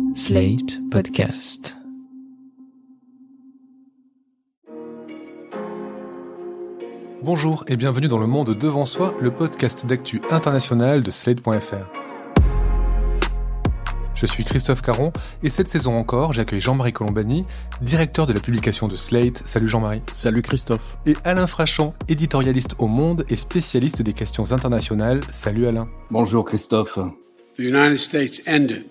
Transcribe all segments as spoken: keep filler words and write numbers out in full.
Slate Podcast. Bonjour et bienvenue dans Le Monde Devant Soi, le podcast d'actu international de Slate point F R. Je suis Christophe Caron et cette saison encore, j'accueille Jean-Marie Colombani, directeur de la publication de Slate. Salut Jean-Marie. Salut Christophe. Et Alain Frachon, éditorialiste au Monde et spécialiste des questions internationales. Salut Alain. Bonjour Christophe. The United States ended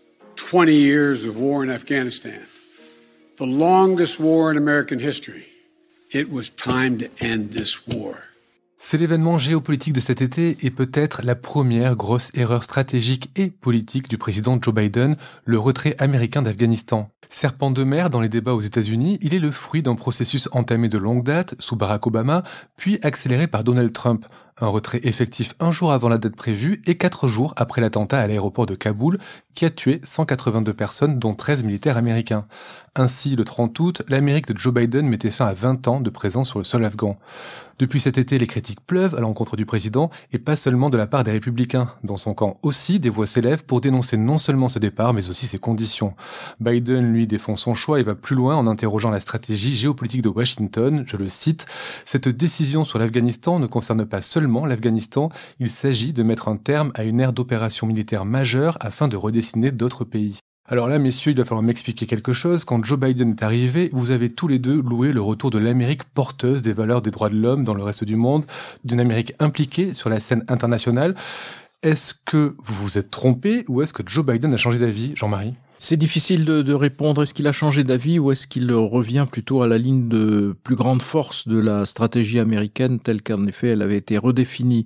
twenty years of war in Afghanistan, the longest war in American history. It was time to end this war. C'est l'événement géopolitique de cet été et peut-être la première grosse erreur stratégique et politique du président Joe Biden, le retrait américain d'Afghanistan. Serpent de mer dans les débats aux États-Unis, il est le fruit d'un processus entamé de longue date sous Barack Obama, puis accéléré par Donald Trump. Un retrait effectif un jour avant la date prévue et quatre jours après l'attentat à l'aéroport de Kaboul qui a tué cent quatre-vingt-deux personnes dont treize militaires américains. Ainsi, le trente août, l'Amérique de Joe Biden mettait fin à vingt ans de présence sur le sol afghan. Depuis cet été, les critiques pleuvent à l'encontre du président et pas seulement de la part des républicains. Dans son camp aussi, des voix s'élèvent pour dénoncer non seulement ce départ mais aussi ses conditions. Biden, lui, défend son choix et va plus loin en interrogeant la stratégie géopolitique de Washington. Je le cite, « Cette décision sur l'Afghanistan ne concerne pas seulement l'Afghanistan, il s'agit de mettre un terme à une ère d'opérations militaires majeures afin de redessiner d'autres pays. » Alors là, messieurs, il va falloir m'expliquer quelque chose. Quand Joe Biden est arrivé, vous avez tous les deux loué le retour de l'Amérique porteuse des valeurs des droits de l'homme dans le reste du monde, d'une Amérique impliquée sur la scène internationale. Est-ce que vous vous êtes trompé ou est-ce que Joe Biden a changé d'avis, Jean-Marie ? C'est difficile de, de répondre. Est-ce qu'il a changé d'avis ou est-ce qu'il revient plutôt à la ligne de plus grande force de la stratégie américaine telle qu'en effet elle avait été redéfinie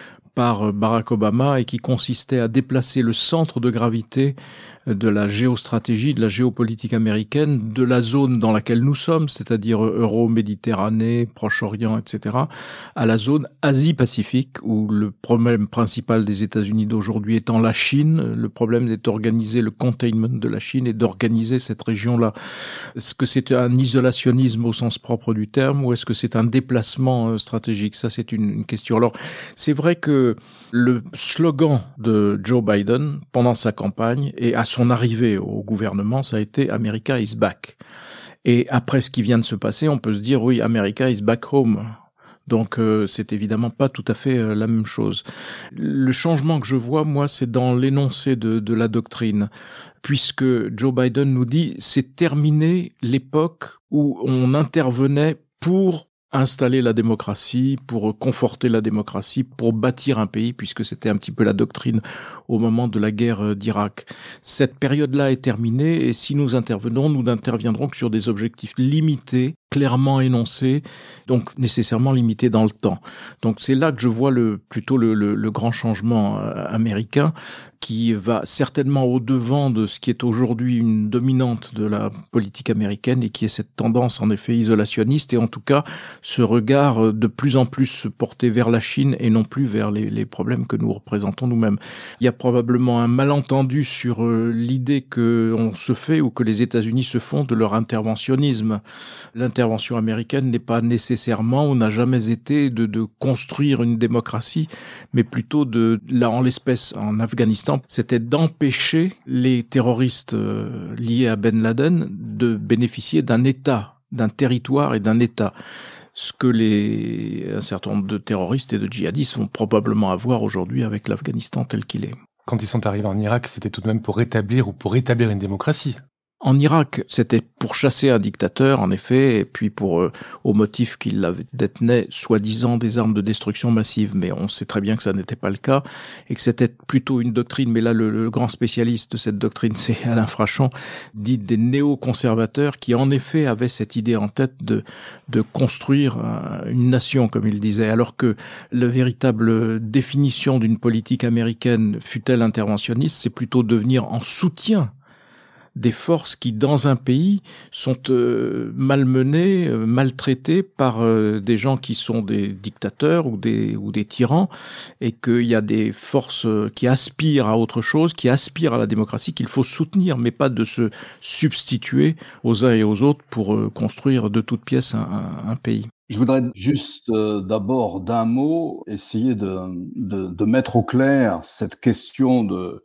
par Barack Obama et qui consistait à déplacer le centre de gravité de la géostratégie, de la géopolitique américaine, de la zone dans laquelle nous sommes, c'est-à-dire Euro-Méditerranée, Proche-Orient, et cetera, à la zone Asie-Pacifique, où le problème principal des États-Unis d'aujourd'hui étant la Chine, le problème est d'organiser le containment de la Chine et d'organiser cette région-là. Est-ce que c'est un isolationnisme au sens propre du terme, ou est-ce que c'est un déplacement stratégique ? Ça, c'est une, une question. Alors, c'est vrai que le slogan de Joe Biden, pendant sa campagne, et à son arrivée au gouvernement, ça a été « America is back ». Et après ce qui vient de se passer, on peut se dire « oui, America is back home ». Donc euh, c'est évidemment pas tout à fait euh, la même chose. Le changement que je vois, moi, c'est dans l'énoncé de, de la doctrine, puisque Joe Biden nous dit « c'est terminé l'époque où on intervenait pour installer la démocratie, pour conforter la démocratie, pour bâtir un pays, puisque c'était un petit peu la doctrine au moment de la guerre d'Irak. Cette période-là est terminée, et si nous intervenons, nous n'interviendrons que sur des objectifs limités, clairement énoncés, donc nécessairement limités dans le temps. Donc c'est là que je vois le, plutôt le, le, le grand changement euh, américain, qui va certainement au-devant de ce qui est aujourd'hui une dominante de la politique américaine et qui est cette tendance en effet isolationniste et en tout cas ce regard de plus en plus porté vers la Chine et non plus vers les, les problèmes que nous représentons nous-mêmes. Il y a probablement un malentendu sur euh, l'idée que on se fait ou que les États-Unis se font de leur interventionnisme. L'intervention américaine n'est pas nécessairement ou n'a jamais été de, de construire une démocratie, mais plutôt de, là en l'espèce en Afghanistan, c'était d'empêcher les terroristes euh, liés à Ben Laden de bénéficier d'un État, d'un territoire et d'un État. Ce que les, un certain nombre de terroristes et de djihadistes vont probablement avoir aujourd'hui avec l'Afghanistan tel qu'il est. Quand ils sont arrivés en Irak, c'était tout de même pour rétablir ou pour rétablir une démocratie. En Irak, c'était pour chasser un dictateur, en effet, et puis pour euh, au motif qu'il détenait soi-disant des armes de destruction massive. Mais on sait très bien que ça n'était pas le cas, et que c'était plutôt une doctrine, mais là le, le grand spécialiste de cette doctrine, c'est Alain Frachon, dit des néoconservateurs, qui en effet avaient cette idée en tête de, de construire euh, une nation, comme il disait, alors que la véritable définition d'une politique américaine, fût-elle interventionniste, c'est plutôt de venir en soutien des forces qui, dans un pays, sont euh, malmenées, euh, maltraitées par euh, des gens qui sont des dictateurs ou des ou des tyrans, et qu'il y a des forces euh, qui aspirent à autre chose, qui aspirent à la démocratie, qu'il faut soutenir, mais pas de se substituer aux uns et aux autres pour euh, construire de toutes pièces un, un, un pays. Je voudrais juste euh, d'abord, d'un mot, essayer de, de, de mettre au clair cette question de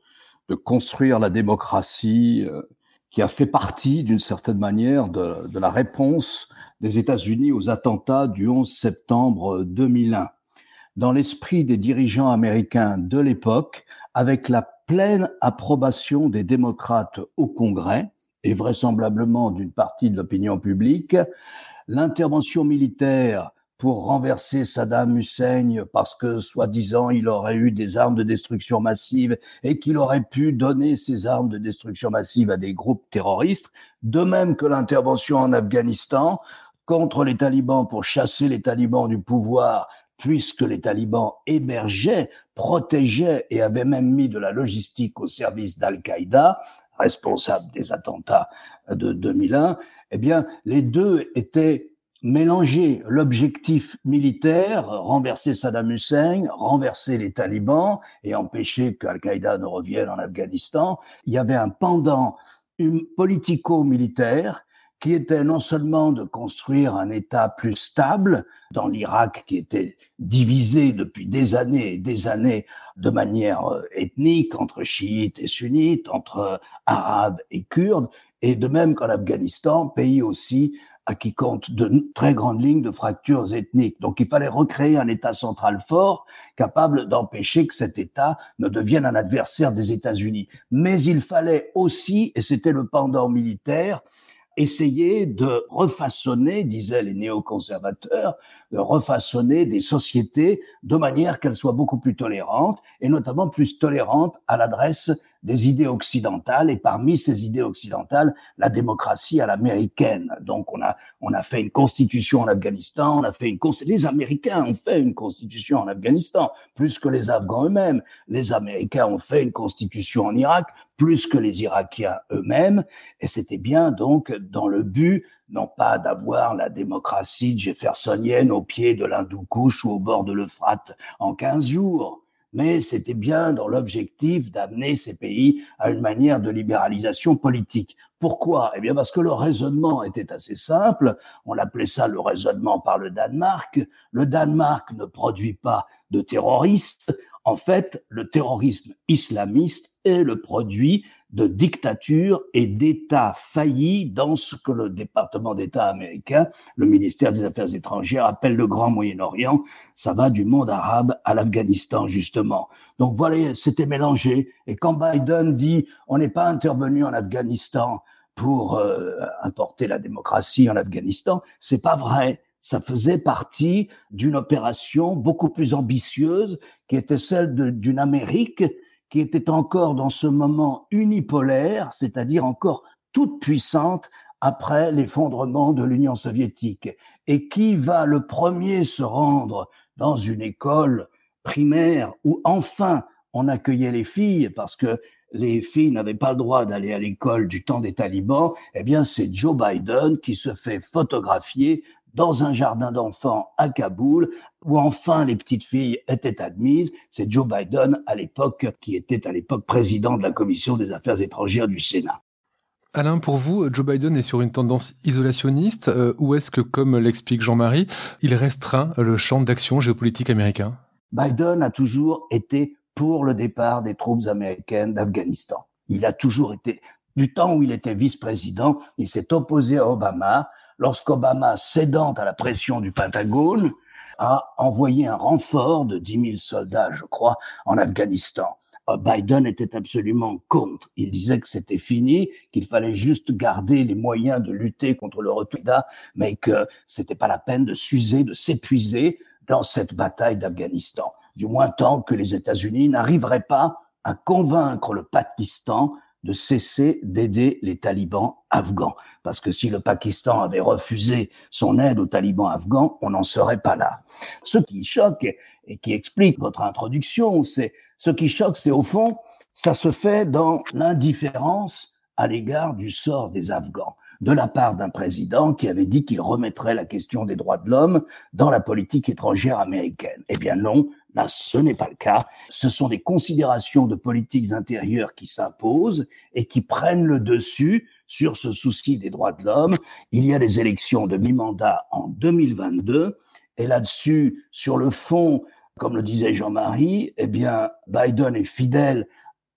de construire la démocratie euh, qui a fait partie, d'une certaine manière, de, de la réponse des États-Unis aux attentats du onze septembre deux mille un. Dans l'esprit des dirigeants américains de l'époque, avec la pleine approbation des démocrates au Congrès et vraisemblablement d'une partie de l'opinion publique, l'intervention militaire pour renverser Saddam Hussein parce que, soi-disant, il aurait eu des armes de destruction massive et qu'il aurait pu donner ces armes de destruction massive à des groupes terroristes, de même que l'intervention en Afghanistan contre les talibans pour chasser les talibans du pouvoir, puisque les talibans hébergeaient, protégeaient et avaient même mis de la logistique au service d'Al-Qaïda, responsable des attentats de deux mille un, eh bien, les deux étaient mélanger l'objectif militaire, renverser Saddam Hussein, renverser les talibans et empêcher qu'Al-Qaïda ne revienne en Afghanistan. Il y avait un pendant politico-militaire qui était non seulement de construire un État plus stable dans l'Irak qui était divisé depuis des années et des années de manière ethnique entre chiites et sunnites, entre arabes et kurdes, et de même qu'en Afghanistan, pays aussi à qui compte de très grandes lignes de fractures ethniques. Donc il fallait recréer un État central fort, capable d'empêcher que cet État ne devienne un adversaire des États-Unis. Mais il fallait aussi, et c'était le pendant militaire, essayer de refaçonner, disaient les néoconservateurs, de refaçonner des sociétés de manière qu'elles soient beaucoup plus tolérantes, et notamment plus tolérantes à l'adresse des idées occidentales, et parmi ces idées occidentales, la démocratie à l'américaine. Donc on a on a fait une constitution en Afghanistan, on a fait une les Américains ont fait une constitution en Afghanistan, plus que les Afghans eux-mêmes. Les Américains ont fait une constitution en Irak, plus que les Irakiens eux-mêmes, et c'était bien donc dans le but non pas d'avoir la démocratie jeffersonienne au pied de l'Hindoukouche ou au bord de l'Euphrate en quinze jours, mais c'était bien dans l'objectif d'amener ces pays à une manière de libéralisation politique. Pourquoi ? Eh bien parce que le raisonnement était assez simple, on appelait ça le raisonnement par le Danemark. Le Danemark ne produit pas de terroristes. En fait, le terrorisme islamiste est le produit de dictatures et d'États faillis dans ce que le département d'État américain, le ministère des Affaires étrangères, appelle le Grand Moyen-Orient. Ça va du monde arabe à l'Afghanistan, justement. Donc voilà, c'était mélangé. Et quand Biden dit « on n'est pas intervenu en Afghanistan pour euh, importer la démocratie en Afghanistan », c'est pas vrai. Ça faisait partie d'une opération beaucoup plus ambitieuse qui était celle de, d'une Amérique qui était encore dans ce moment unipolaire, c'est-à-dire encore toute puissante après l'effondrement de l'Union soviétique. Et qui va le premier se rendre dans une école primaire où enfin on accueillait les filles parce que les filles n'avaient pas le droit d'aller à l'école du temps des talibans, eh bien c'est Joe Biden qui se fait photographier dans un jardin d'enfants à Kaboul, où enfin les petites filles étaient admises. C'est Joe Biden, à l'époque, qui était à l'époque président de la Commission des Affaires étrangères du Sénat. Alain, pour vous, Joe Biden est sur une tendance isolationniste, euh, ou est-ce que, comme l'explique Jean-Marie, il restreint le champ d'action géopolitique américain ? Biden a toujours été pour le départ des troupes américaines d'Afghanistan. Il a toujours été, du temps où il était vice-président, il s'est opposé à Obama, lorsqu'Obama, cédant à la pression du Pentagone, a envoyé un renfort de dix mille soldats, je crois, en Afghanistan. Biden était absolument contre. Il disait que c'était fini, qu'il fallait juste garder les moyens de lutter contre le retour, mais que c'était pas la peine de s'user, de s'épuiser dans cette bataille d'Afghanistan. Du moins tant que les États-Unis n'arriveraient pas à convaincre le Pakistan de cesser d'aider les talibans afghans. Parce que si le Pakistan avait refusé son aide aux talibans afghans, on n'en serait pas là. Ce qui choque et qui explique votre introduction, c'est ce qui choque, c'est au fond, ça se fait dans l'indifférence à l'égard du sort des Afghans, de la part d'un président qui avait dit qu'il remettrait la question des droits de l'homme dans la politique étrangère américaine. Eh bien non, là, ce n'est pas le cas. Ce sont des considérations de politiques intérieures qui s'imposent et qui prennent le dessus sur ce souci des droits de l'homme. Il y a des élections de mi-mandat en deux mille vingt-deux et là-dessus, sur le fond, comme le disait Jean-Marie, eh bien, Biden est fidèle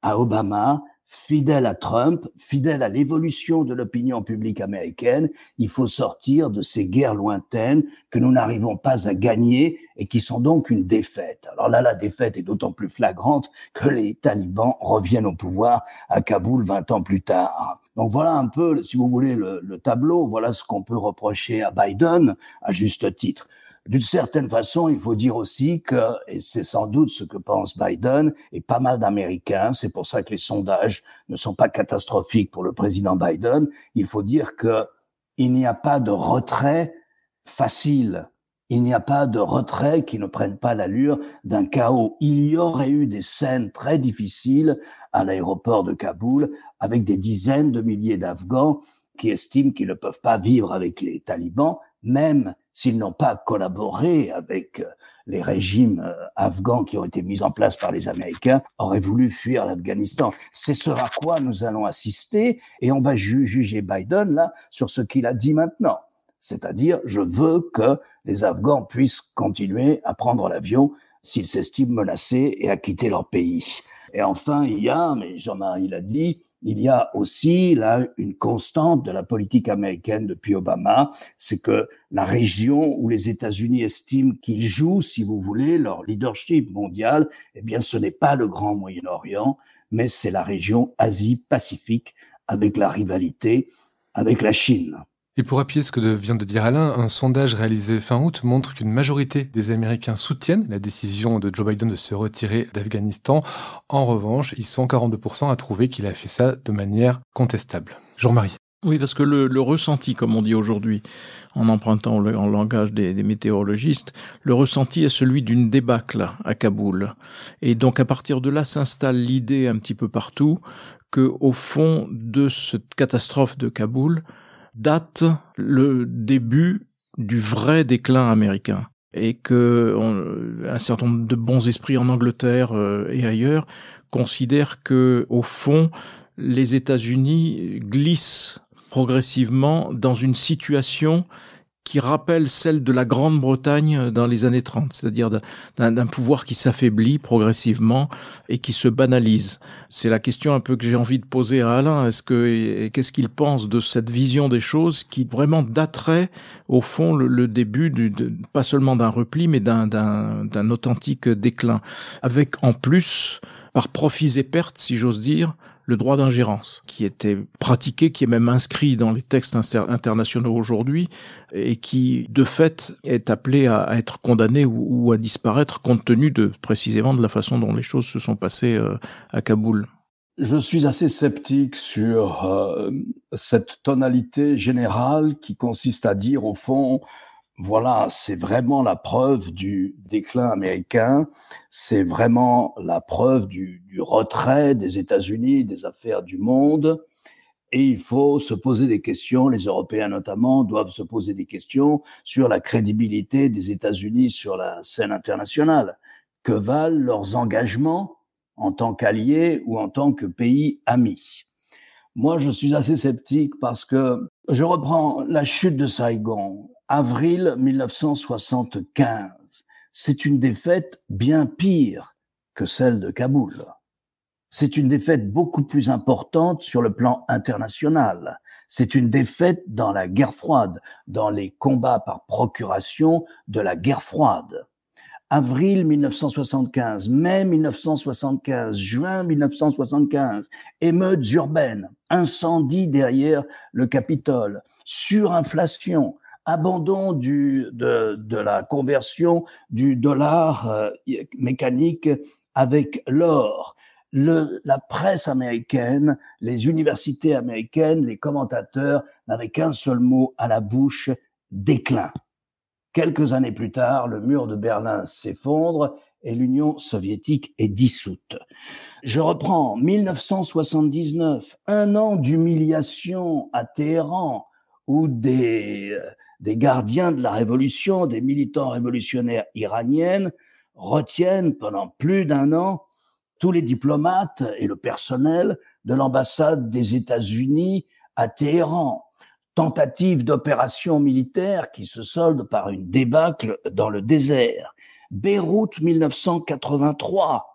à Obama, fidèle à Trump, fidèle à l'évolution de l'opinion publique américaine. Il faut sortir de ces guerres lointaines que nous n'arrivons pas à gagner et qui sont donc une défaite. Alors là, la défaite est d'autant plus flagrante que les talibans reviennent au pouvoir à Kaboul vingt ans plus tard. Donc voilà un peu, si vous voulez, le, le tableau. Voilà ce qu'on peut reprocher à Biden, à juste titre. D'une certaine façon, il faut dire aussi que, et c'est sans doute ce que pense Biden et pas mal d'Américains, c'est pour ça que les sondages ne sont pas catastrophiques pour le président Biden, il faut dire que il n'y a pas de retrait facile. Il n'y a pas de retrait qui ne prenne pas l'allure d'un chaos. Il y aurait eu des scènes très difficiles à l'aéroport de Kaboul avec des dizaines de milliers d'Afghans qui estiment qu'ils ne peuvent pas vivre avec les talibans, même s'ils n'ont pas collaboré avec les régimes afghans qui ont été mis en place par les Américains, auraient voulu fuir l'Afghanistan. C'est ce à quoi nous allons assister et on va ju- juger Biden là sur ce qu'il a dit maintenant. C'est-à-dire, je veux que les Afghans puissent continuer à prendre l'avion s'ils s'estiment menacés et à quitter leur pays. Et enfin, il y a, mais Jean-Marie l'a dit, il y a aussi là une constante de la politique américaine depuis Obama, c'est que la région où les États-Unis estiment qu'ils jouent, si vous voulez, leur leadership mondial, eh bien, ce n'est pas le Grand Moyen-Orient, mais c'est la région Asie-Pacifique avec la rivalité avec la Chine. Et pour appuyer ce que vient de dire Alain, un sondage réalisé fin août montre qu'une majorité des Américains soutiennent la décision de Joe Biden de se retirer d'Afghanistan. En revanche, ils sont quarante-deux pour cent à trouver qu'il a fait ça de manière contestable. Jean-Marie. Oui, parce que le, le ressenti, comme on dit aujourd'hui, en empruntant le en langage des, des météorologistes, le ressenti est celui d'une débâcle à Kaboul. Et donc, à partir de là, s'installe l'idée un petit peu partout que, au fond de cette catastrophe de Kaboul, date le début du vrai déclin américain et que on, un certain nombre de bons esprits en Angleterre euh, et ailleurs considèrent que, au fond, les États-Unis glissent progressivement dans une situation qui rappelle celle de la Grande-Bretagne dans les années trente, c'est-à-dire d'un, d'un pouvoir qui s'affaiblit progressivement et qui se banalise. C'est la question un peu que j'ai envie de poser à Alain. Est-ce que, qu'est-ce qu'il pense de cette vision des choses qui vraiment daterait, au fond, le, le début du, de, pas seulement d'un repli, mais d'un, d'un, d'un authentique déclin, avec en plus, par profits et pertes, si j'ose dire, le droit d'ingérence, qui était pratiqué, qui est même inscrit dans les textes inter- internationaux aujourd'hui, et qui, de fait, est appelé à, à être condamné ou, ou à disparaître, compte tenu de, précisément, de la façon dont les choses se sont passées euh, à Kaboul. Je suis assez sceptique sur euh, cette tonalité générale qui consiste à dire, au fond, voilà, c'est vraiment la preuve du déclin américain, c'est vraiment la preuve du, du retrait des États-Unis, des affaires du monde, et il faut se poser des questions, les Européens notamment doivent se poser des questions sur la crédibilité des États-Unis sur la scène internationale. Que valent leurs engagements en tant qu'alliés ou en tant que pays amis? Moi, je suis assez sceptique parce que je reprends la chute de Saigon. Avril dix-neuf cent soixante-quinze, c'est une défaite bien pire que celle de Kaboul. C'est une défaite beaucoup plus importante sur le plan international. C'est une défaite dans la guerre froide, dans les combats par procuration de la guerre froide. Avril dix-neuf cent soixante-quinze, mai dix-neuf cent soixante-quinze, juin dix-neuf cent soixante-quinze, émeutes urbaines, incendies derrière le Capitole, surinflation, abandon du, de, de la conversion du dollar euh, mécanique avec l'or. Le, la presse américaine, les universités américaines, les commentateurs n'avaient qu'un seul mot à la bouche, déclin. Quelques années plus tard, le mur de Berlin s'effondre et l'Union soviétique est dissoute. Je reprends, dix-neuf cent soixante-dix-neuf, un an d'humiliation à Téhéran, où des, des gardiens de la révolution, des militants révolutionnaires iraniennes, retiennent pendant plus d'un an tous les diplomates et le personnel de l'ambassade des États-Unis à Téhéran. Tentative d'opération militaire qui se solde par une débâcle dans le désert. Beyrouth dix-neuf cent quatre-vingt-trois,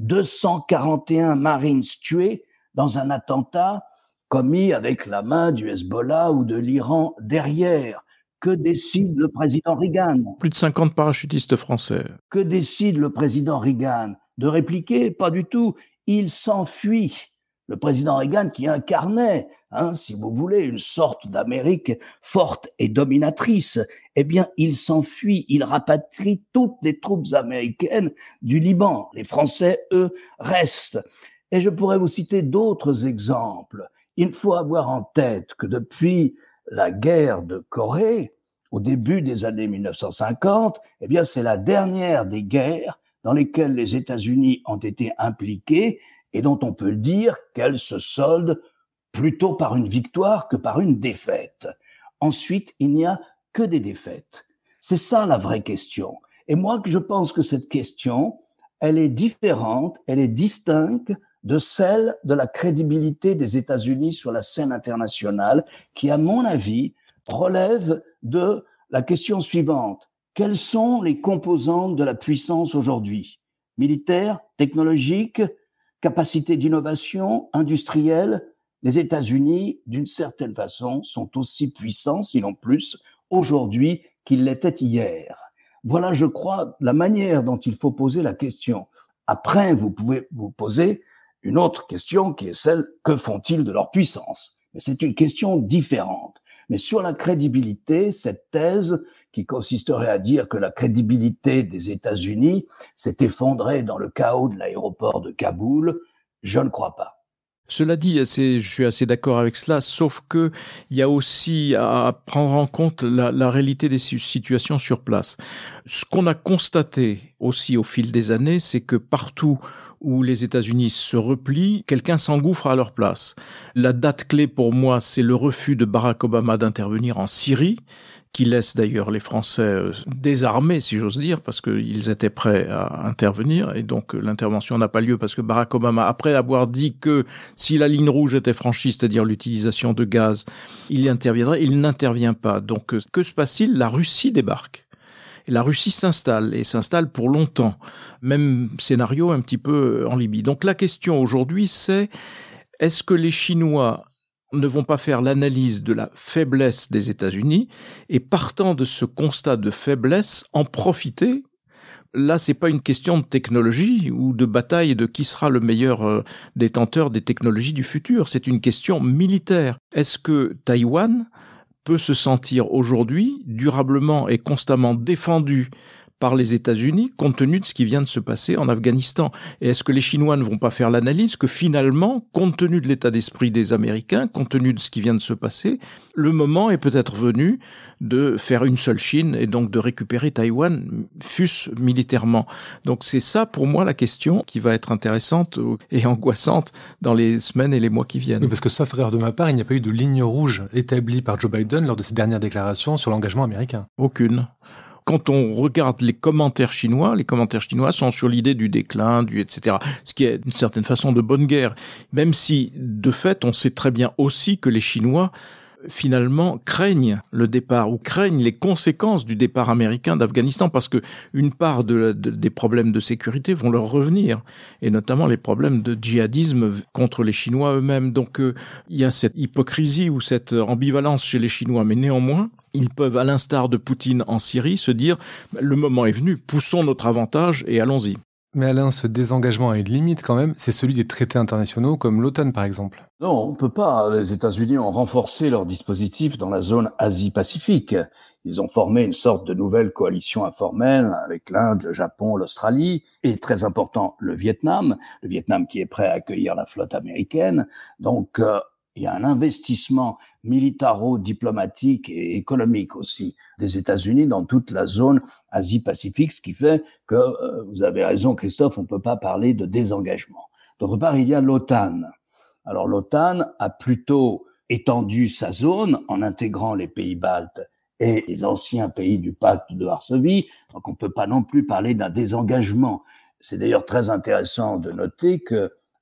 deux cent quarante et un Marines tués dans un attentat commis avec la main du Hezbollah ou de l'Iran derrière. Que décide le président Reagan? Plus de cinquante parachutistes français. Que décide le président Reagan? De répliquer? Pas du tout. Il s'enfuit. Le président Reagan qui incarnait, hein, si vous voulez, une sorte d'Amérique forte et dominatrice, eh bien, il s'enfuit, il rapatrie toutes les troupes américaines du Liban. Les Français, eux, restent. Et je pourrais vous citer d'autres exemples. Il faut avoir en tête que depuis la guerre de Corée, au début des années mille neuf cent cinquante, eh bien, c'est la dernière des guerres dans lesquelles les États-Unis ont été impliqués et dont on peut dire qu'elle se solde plutôt par une victoire que par une défaite. Ensuite, il n'y a que des défaites. C'est ça la vraie question. Et moi, je pense que cette question, elle est différente, elle est distincte de celle de la crédibilité des États-Unis sur la scène internationale, qui, à mon avis, relève de la question suivante. Quelles sont les composantes de la puissance aujourd'hui? Militaire, technologique, capacité d'innovation, industrielle? Les États-Unis, d'une certaine façon, sont aussi puissants, sinon plus, aujourd'hui qu'ils l'étaient hier. Voilà, je crois, la manière dont il faut poser la question. Après, vous pouvez vous poser une autre question qui est celle, que font-ils de leur puissance? Mais c'est une question différente. Mais sur la crédibilité, cette thèse qui consisterait à dire que la crédibilité des États-Unis s'est effondrée dans le chaos de l'aéroport de Kaboul, je ne crois pas. Cela dit, assez, je suis assez d'accord avec cela, sauf que il y a aussi à prendre en compte la, la réalité des situations sur place. Ce qu'on a constaté aussi au fil des années, c'est que partout où les États-Unis se replient, quelqu'un s'engouffre à leur place. La date clé pour moi, c'est le refus de Barack Obama d'intervenir en Syrie, qui laisse d'ailleurs les Français désarmés, si j'ose dire, parce qu'ils étaient prêts à intervenir, et donc l'intervention n'a pas lieu parce que Barack Obama, après avoir dit que si la ligne rouge était franchie, c'est-à-dire l'utilisation de gaz, il y interviendrait, il n'intervient pas. Donc que se passe-t-il? La Russie débarque. Et la Russie s'installe, et s'installe pour longtemps. Même scénario un petit peu en Libye. Donc la question aujourd'hui, c'est est-ce que les Chinois ne vont pas faire l'analyse de la faiblesse des États-Unis et partant de ce constat de faiblesse, en profiter? Là, c'est pas une question de technologie ou de bataille de qui sera le meilleur euh, détenteur des technologies du futur. C'est une question militaire. Est-ce que Taïwan peut se sentir aujourd'hui durablement et constamment défendu par les États-Unis compte tenu de ce qui vient de se passer en Afghanistan? Et est-ce que les Chinois ne vont pas faire l'analyse que finalement, compte tenu de l'état d'esprit des Américains, compte tenu de ce qui vient de se passer, le moment est peut-être venu de faire une seule Chine et donc de récupérer Taïwan, fût-ce militairement. Donc c'est ça pour moi la question qui va être intéressante et angoissante dans les semaines et les mois qui viennent. Oui, parce que sauf erreur de ma part, il n'y a pas eu de ligne rouge établie par Joe Biden lors de ses dernières déclarations sur l'engagement américain. Aucune. Quand on regarde les commentaires chinois, les commentaires chinois sont sur l'idée du déclin, du et cetera. Ce qui est d'une certaine façon de bonne guerre. Même si, de fait, on sait très bien aussi que les Chinois, finalement, craignent le départ ou craignent les conséquences du départ américain d'Afghanistan parce que une part de, de, des problèmes de sécurité vont leur revenir et notamment les problèmes de djihadisme contre les Chinois eux-mêmes. Donc, euh, il y a cette hypocrisie ou cette ambivalence chez les Chinois, mais néanmoins, ils peuvent, à l'instar de Poutine en Syrie, se dire « le moment est venu, poussons notre avantage et allons-y ». Mais Alain, ce désengagement a une limite quand même, c'est celui des traités internationaux comme l'OTAN par exemple. Non, on peut pas. Les États-Unis ont renforcé leur dispositif dans la zone Asie-Pacifique. Ils ont formé une sorte de nouvelle coalition informelle avec l'Inde, le Japon, l'Australie et, très important, le Vietnam. Le Vietnam qui est prêt à accueillir la flotte américaine. Donc, euh, il y a un investissement militaro-diplomatique et économique aussi des États-Unis dans toute la zone Asie-Pacifique, ce qui fait que, euh, vous avez raison Christophe, on ne peut pas parler de désengagement. D'autre part, il y a l'OTAN. Alors l'OTAN a plutôt étendu sa zone en intégrant les pays baltes et les anciens pays du pacte de Varsovie, donc on ne peut pas non plus parler d'un désengagement. C'est d'ailleurs très intéressant de noter que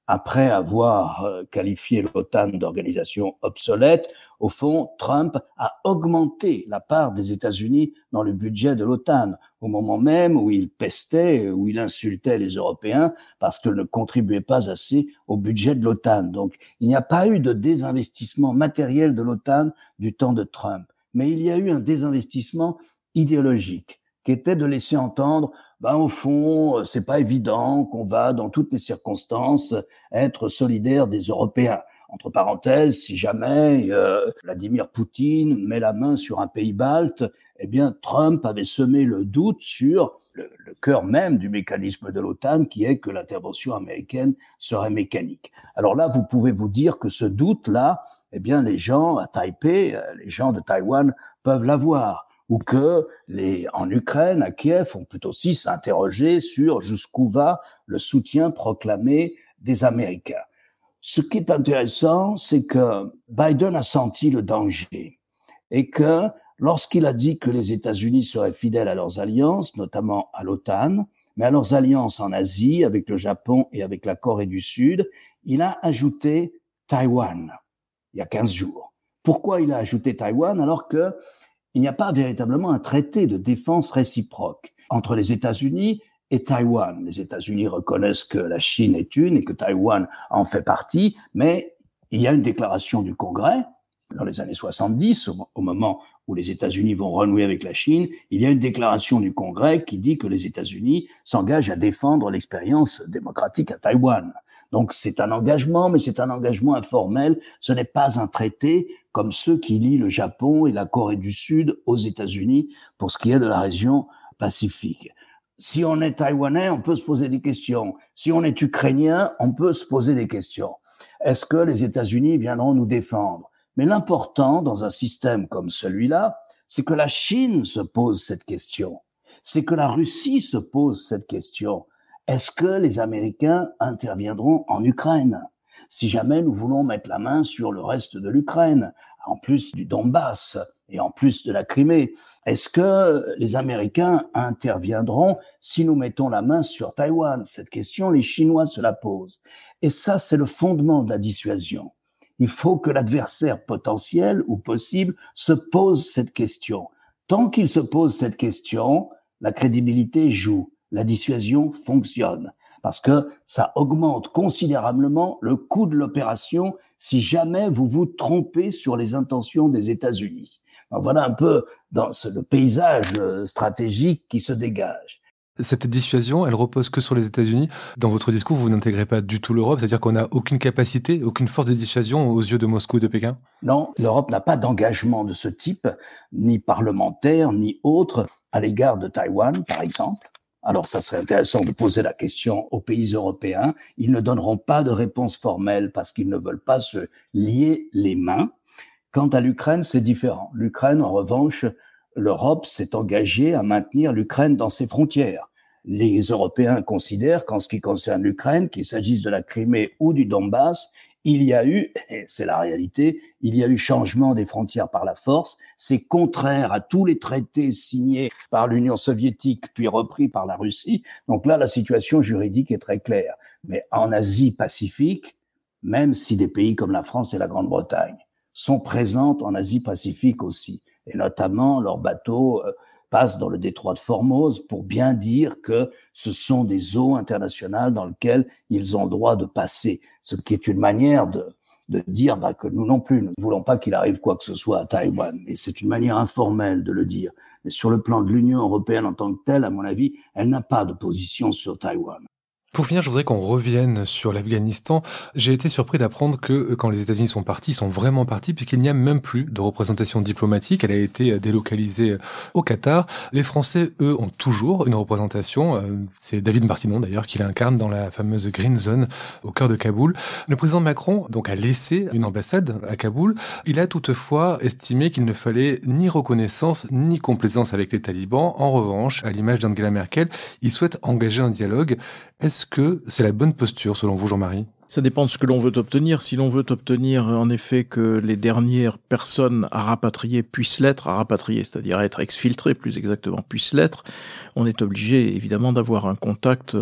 après avoir qualifié l'OTAN d'organisation obsolète, au fond, Trump a augmenté la part des États-Unis dans le budget de l'OTAN, au moment même où il pestait, où il insultait les Européens parce qu'ils ne contribuaient pas assez au budget de l'OTAN. Donc, il n'y a pas eu de désinvestissement matériel de l'OTAN du temps de Trump, mais il y a eu un désinvestissement idéologique qui était de laisser entendre ben au fond, c'est pas évident qu'on va, dans toutes les circonstances, être solidaire des Européens. Entre parenthèses, si jamais euh, Vladimir Poutine met la main sur un pays balte, eh bien Trump avait semé le doute sur le, le cœur même du mécanisme de l'OTAN, qui est que l'intervention américaine serait mécanique. Alors là, vous pouvez vous dire que ce doute-là, eh bien les gens à Taipei, les gens de Taïwan peuvent l'avoir. Ou que les, en Ukraine, à Kiev, on peut aussi s'interroger sur jusqu'où va le soutien proclamé des Américains. Ce qui est intéressant, c'est que Biden a senti le danger et que lorsqu'il a dit que les États-Unis seraient fidèles à leurs alliances, notamment à l'OTAN, mais à leurs alliances en Asie, avec le Japon et avec la Corée du Sud, il a ajouté Taïwan, il y a quinze jours. Pourquoi il a ajouté Taïwan alors que il n'y a pas véritablement un traité de défense réciproque entre les États-Unis et Taïwan. Les États-Unis reconnaissent que la Chine est une et que Taïwan en fait partie, mais il y a une déclaration du Congrès dans les années soixante-dix, au, au moment où les États-Unis vont renouer avec la Chine, il y a une déclaration du Congrès qui dit que les États-Unis s'engagent à défendre l'expérience démocratique à Taïwan. Donc c'est un engagement, mais c'est un engagement informel. Ce n'est pas un traité comme ceux qui lient le Japon et la Corée du Sud aux États-Unis pour ce qui est de la région Pacifique. Si on est taïwanais, on peut se poser des questions. Si on est ukrainien, on peut se poser des questions. Est-ce que les États-Unis viendront nous défendre? Mais l'important dans un système comme celui-là, c'est que la Chine se pose cette question. C'est que la Russie se pose cette question. Est-ce que les Américains interviendront en Ukraine si jamais nous voulons mettre la main sur le reste de l'Ukraine, en plus du Donbass et en plus de la Crimée? Est-ce que les Américains interviendront si nous mettons la main sur Taïwan? Cette question, les Chinois se la posent. Et ça, c'est le fondement de la dissuasion. Il faut que l'adversaire potentiel ou possible se pose cette question. Tant qu'il se pose cette question, la crédibilité joue. La dissuasion fonctionne parce que ça augmente considérablement le coût de l'opération si jamais vous vous trompez sur les intentions des États-Unis. Donc voilà un peu dans ce, le paysage stratégique qui se dégage. Cette dissuasion, elle repose que sur les États-Unis. Dans votre discours, vous n'intégrez pas du tout l'Europe, c'est-à-dire qu'on n'a aucune capacité, aucune force de dissuasion aux yeux de Moscou et de Pékin? Non, l'Europe n'a pas d'engagement de ce type, ni parlementaire, ni autre, à l'égard de Taïwan, par exemple. Alors, ça serait intéressant de poser la question aux pays européens. Ils ne donneront pas de réponse formelle parce qu'ils ne veulent pas se lier les mains. Quant à l'Ukraine, c'est différent. L'Ukraine, en revanche, l'Europe s'est engagée à maintenir l'Ukraine dans ses frontières. Les Européens considèrent qu'en ce qui concerne l'Ukraine, qu'il s'agisse de la Crimée ou du Donbass, il y a eu, et c'est la réalité, il y a eu changement des frontières par la force. C'est contraire à tous les traités signés par l'Union soviétique puis repris par la Russie. Donc là, la situation juridique est très claire. Mais en Asie-Pacifique, même si des pays comme la France et la Grande-Bretagne sont présents en Asie-Pacifique aussi, et notamment leurs bateaux euh, passent dans le détroit de Formose pour bien dire que ce sont des eaux internationales dans lesquelles ils ont le droit de passer. Ce qui est une manière de, de dire bah, que nous non plus, nous ne voulons pas qu'il arrive quoi que ce soit à Taïwan. Et c'est une manière informelle de le dire. Mais sur le plan de l'Union européenne en tant que telle, à mon avis, elle n'a pas de position sur Taïwan. Pour finir, je voudrais qu'on revienne sur l'Afghanistan. J'ai été surpris d'apprendre que quand les États-Unis sont partis, ils sont vraiment partis puisqu'il n'y a même plus de représentation diplomatique. Elle a été délocalisée au Qatar. Les Français, eux, ont toujours une représentation. C'est David Martinon, d'ailleurs, qui l'incarne dans la fameuse Green Zone au cœur de Kaboul. Le président Macron, donc, a laissé une ambassade à Kaboul. Il a toutefois estimé qu'il ne fallait ni reconnaissance ni complaisance avec les talibans. En revanche, à l'image d'Angela Merkel, il souhaite engager un dialogue. Est-ce que c'est la bonne posture, selon vous, Jean-Marie? Ça dépend de ce que l'on veut obtenir. Si l'on veut obtenir, en effet, que les dernières personnes à rapatrier puissent l'être, à rapatrier, c'est-à-dire être exfiltrées, plus exactement, puissent l'être, on est obligé, évidemment, d'avoir un contact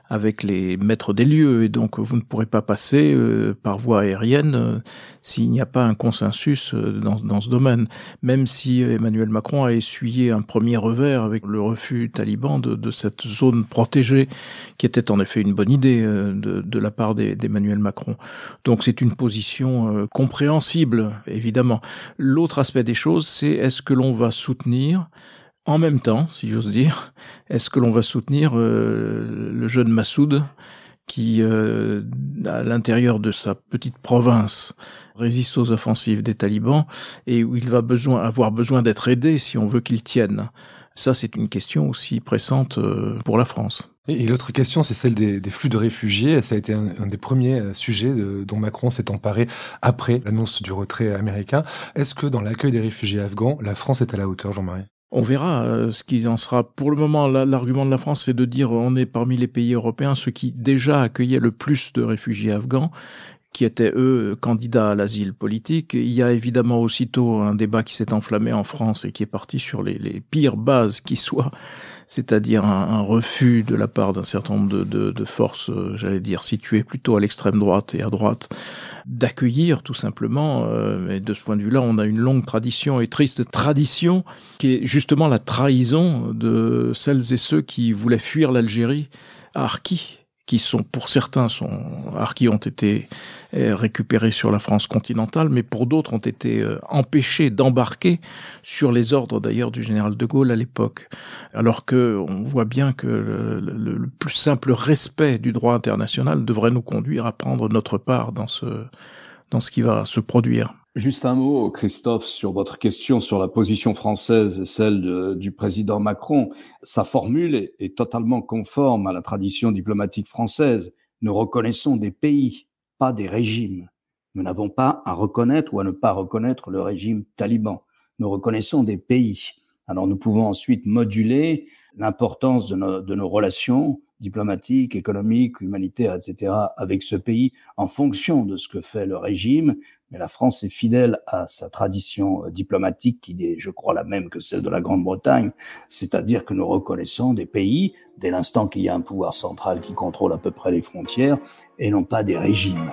avec les maîtres des lieux, et donc vous ne pourrez pas passer euh, par voie aérienne euh, s'il n'y a pas un consensus euh, dans, dans ce domaine. Même si Emmanuel Macron a essuyé un premier revers avec le refus taliban de, de cette zone protégée, qui était en effet une bonne idée euh, de, de la part des, d'Emmanuel Macron. Donc c'est une position euh, compréhensible, évidemment. L'autre aspect des choses, c'est est-ce que l'on va soutenir en même temps, si j'ose dire, est-ce que l'on va soutenir euh, le jeune Massoud qui, euh, à l'intérieur de sa petite province, résiste aux offensives des talibans et où il va besoin, avoir besoin d'être aidé si on veut qu'il tienne. Ça, c'est une question aussi pressante euh, pour la France. Et, et l'autre question, c'est celle des, des flux de réfugiés. Ça a été un, un des premiers sujets de, dont Macron s'est emparé après l'annonce du retrait américain. Est-ce que dans l'accueil des réfugiés afghans, la France est à la hauteur, Jean-Marie ? On verra euh, ce qui en sera. Pour le moment, là, l'argument de la France, c'est de dire on est parmi les pays européens ceux qui déjà accueillaient le plus de réfugiés afghans, qui étaient, eux, candidats à l'asile politique. Il y a évidemment aussitôt un débat qui s'est enflammé en France et qui est parti sur les, les pires bases qui soient, c'est-à-dire un, un refus de la part d'un certain nombre de, de, de forces, euh, j'allais dire, situées plutôt à l'extrême droite et à droite, d'accueillir tout simplement. Euh, et de ce point de vue-là, on a une longue tradition et triste tradition qui est justement la trahison de celles et ceux qui voulaient fuir l'Algérie à Arki, qui sont, pour certains, sont, Arki ont été récupérés sur la France continentale, mais pour d'autres ont été empêchés d'embarquer sur les ordres d'ailleurs du général de Gaulle à l'époque. Alors que on voit bien que le, le, le plus simple respect du droit international devrait nous conduire à prendre notre part dans ce, dans ce qui va se produire. Juste un mot, Christophe, sur votre question sur la position française et celle de, du président Macron. Sa formule est, est totalement conforme à la tradition diplomatique française. Nous reconnaissons des pays, pas des régimes. Nous n'avons pas à reconnaître ou à ne pas reconnaître le régime taliban. Nous reconnaissons des pays. Alors nous pouvons ensuite moduler l'importance de nos, de nos relations diplomatiques, économiques, humanitaires, et cetera avec ce pays en fonction de ce que fait le régime. Mais la France est fidèle à sa tradition diplomatique qui est, je crois, la même que celle de la Grande-Bretagne, c'est-à-dire que nous reconnaissons des pays dès l'instant qu'il y a un pouvoir central qui contrôle à peu près les frontières et non pas des régimes.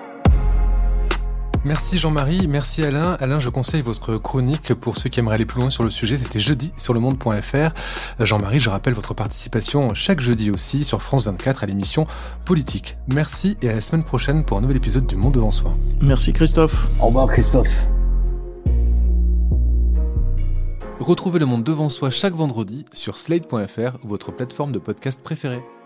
Merci Jean-Marie, merci Alain. Alain, je conseille votre chronique pour ceux qui aimeraient aller plus loin sur le sujet. C'était jeudi sur le monde point f r. Jean-Marie, je rappelle votre participation chaque jeudi aussi sur France vingt-quatre à l'émission Politique. Merci et à la semaine prochaine pour un nouvel épisode du Monde devant soi. Merci Christophe. Au revoir Christophe. Retrouvez le Monde devant soi chaque vendredi sur slate point f r ou votre plateforme de podcast préférée.